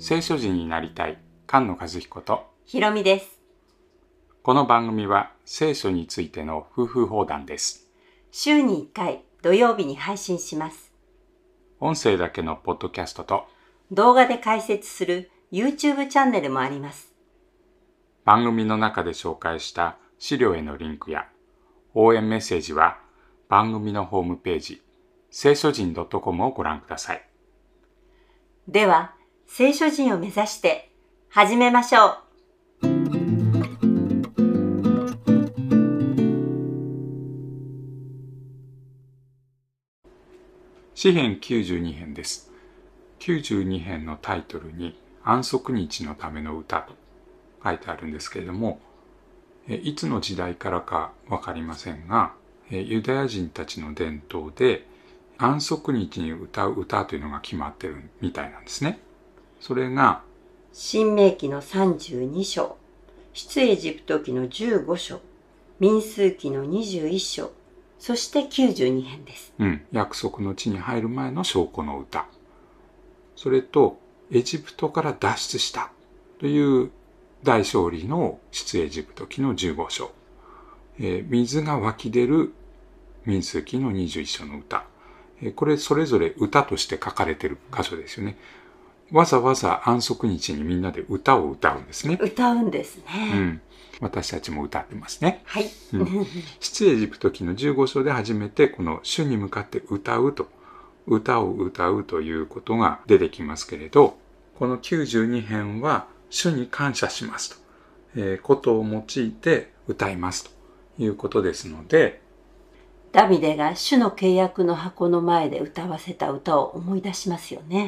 聖書人になりたい菅野和彦とひろみです。 この番組は聖書についての夫婦放談です。 週に1回土曜日に配信します。 音声だけのポッドキャストと動画で解説する YouTube チャンネルもあります。 番組の中で紹介した資料へのリンクや応援メッセージは番組のホームページ聖書人 .com をご覧ください。 では聖書人を目指して始めましょう。 詩編92編です。92編のタイトルに安息日のための歌と書いてあるんですけれども、いつの時代からかわかりませんが、ユダヤ人たちの伝統で安息日に歌う歌というのが決まってるみたいなんですね。それが申命記の32章、出エジプト記の15章、民数記の21章、そして92編です。 約束の地に入る前の証拠の歌。それとエジプトから脱出したという大勝利の出エジプト記の15章。水が湧き出る民数記の21章の歌。これそれぞれ歌として書かれている箇所ですよね。わざわざ安息日にみんなで歌を歌うんですね。 歌うんですね。 私たちも歌ってますね。 はい。 出エジプト記の15章で初めてこの主に向かって歌うと、歌を歌うということが出てきますけれど、この92編は主に感謝しますと、ことを用いて歌いますということですので、 ダビデが主の契約の箱の前で歌わせた歌を思い出しますよね。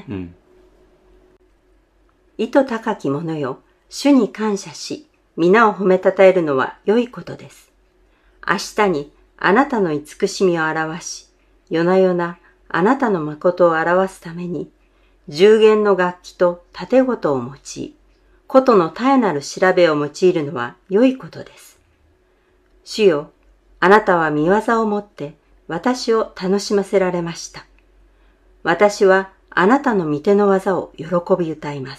意図高き者よ、主に感謝し、皆を褒めたたえるのは良いことです。明日にあなたの慈しみを表し、夜な夜なあなたの誠を表すために、十弦の楽器と盾琴を用い、琴の絶えなる調べを用いるのは良いことです。主よ、あなたは御業をもって私を楽しませられました。私はあなたの御手の技を喜び歌います。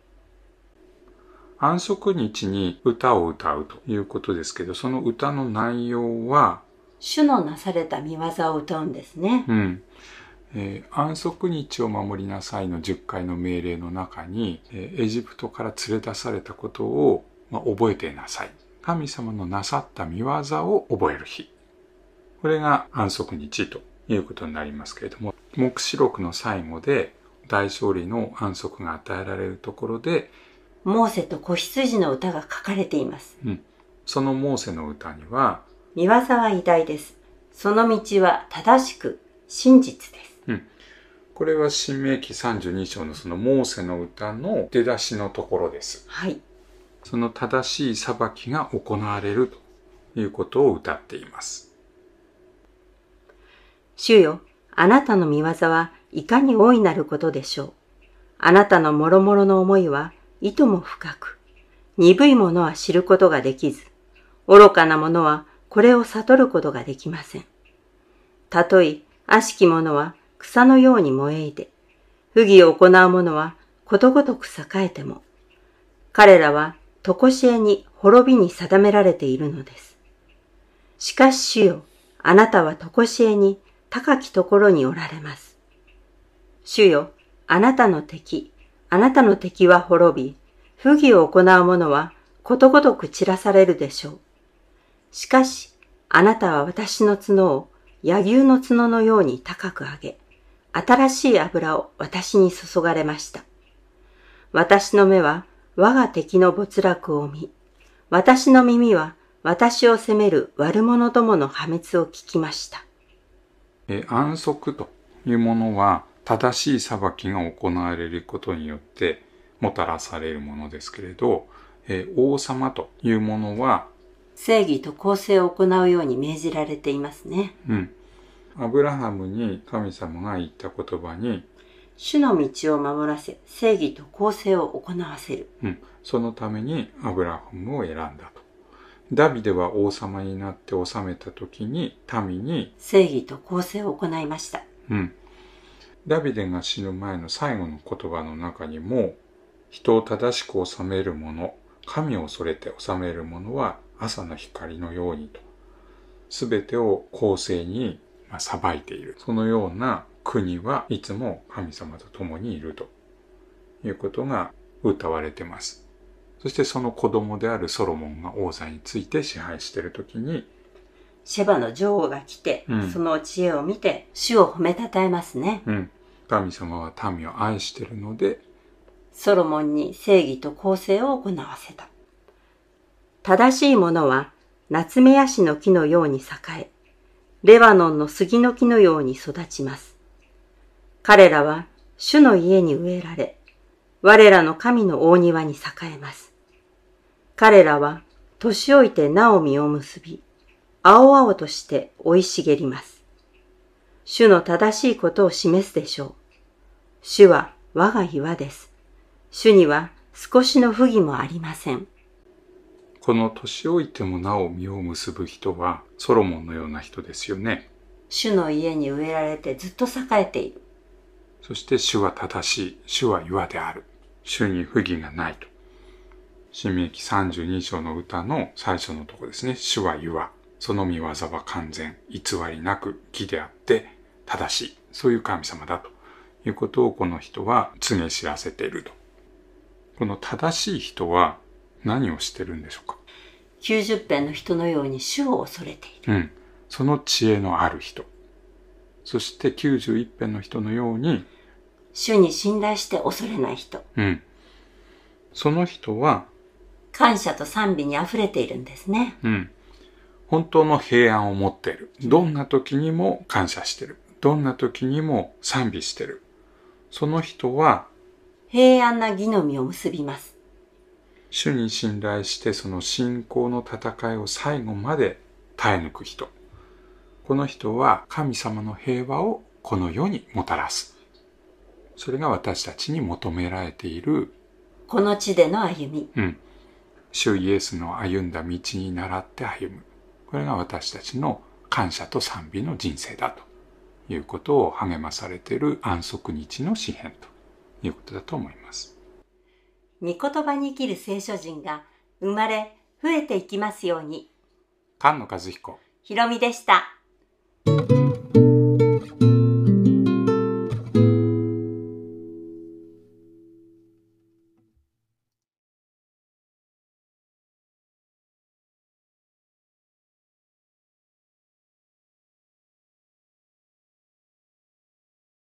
安息日に歌を歌うということですけど、その歌の内容は主のなされた御業を歌うんですね。 安息日を守りなさいの10回の命令の中に、エジプトから連れ出されたことを、覚えていなさい。神様のなさった御業を覚える日。これが安息日ということになりますけれども、黙示録の最後で大勝利の安息が与えられるところで、 モーセと子羊の歌が書かれています。 そのモーセの歌には、 御業は偉大です。その道は正しく真実です。 これは申命記32章のそのモーセの歌の出だしのところです。 はい。 その正しい裁きが行われるということを歌っています。 主よ、あなたの御業はいかに大いなることでしょう。あなたのもろもろの思いはいとも深く、鈍い者は知ることができず、愚かな者はこれを悟ることができません。たとえ悪しき者は草のように燃えいで、不義を行う者はことごとく栄えても、彼らは常しえに滅びに定められているのです。しかし主よ、あなたは常しえに高きところにおられます。主よ、あなたの敵は滅び、不義を行う者はことごとく散らされるでしょう。しかし、あなたは私の角を柳生の角のように高く上げ、新しい油を私に注がれました。私の目は我が敵の没落を見、私の耳は私を責める悪者どもの破滅を聞きました。 安息というものは正しい裁きが行われることによってもたらされるものですけれど、王様というものは正義と公正を行うように命じられていますね。 アブラハムに神様が言った言葉に、 主の道を守らせ、正義と公正を行わせる。 そのためにアブラハムを選んだと。ダビデは王様になって治めた時に民に正義と公正を行いました。 ダビデが死ぬ前の最後の言葉の中にも、 人を正しく治める者、神を恐れて治める者は朝の光のようにと、すべてを公正に裁いている。そのような国はいつも神様と共にいるということが謳われています。そしてその子供であるソロモンが王座について支配しているときに、 シェバの女王が来て、その知恵を見て主を褒めたたえますね。 神様は民を愛しているので、 ソロモンに正義と公正を行わせた。正しい者はナツメヤシの木のように栄え、レバノンの杉の木のように育ちます。彼らは主の家に植えられ、我らの神の大庭に栄えます。彼らは年老いてなお実を結び、青々として生い茂ります。主の正しいことを示すでしょう。主は我が岩です。主には少しの不義もありません。 この年老いてもなお実を結ぶ人はソロモンのような人ですよね。 主の家に植えられてずっと栄えている。 そして主は正しい。主は岩である。主に不義がないと。申命記32章の歌の最初のところですね。主は岩。その御業は完全、偽りなく義であって正しい。そういう神様だということをこの人は告げ知らせていると。この正しい人は何をしてるんでしょうか。 90編の人のように主を恐れている。 その知恵のある人。そして91編の人のように主に信頼して恐れない人。 その人は感謝と賛美に溢れているんですね。 本当の平安を持っている。どんな時にも感謝している。どんな時にも賛美している。その人は平安な義の実を結びます。 主に信頼してその信仰の戦いを最後まで耐え抜く人。この人は神様の平和をこの世にもたらす。それが私たちに求められているこの地での歩み。 主イエスの歩んだ道に倣って歩む。これが私たちの感謝と賛美の人生だということを励まされている安息日の詩編ということだと思います。 御言葉に生きる聖書人が生まれ増えていきますように。 菅野和彦、 ひろみでした。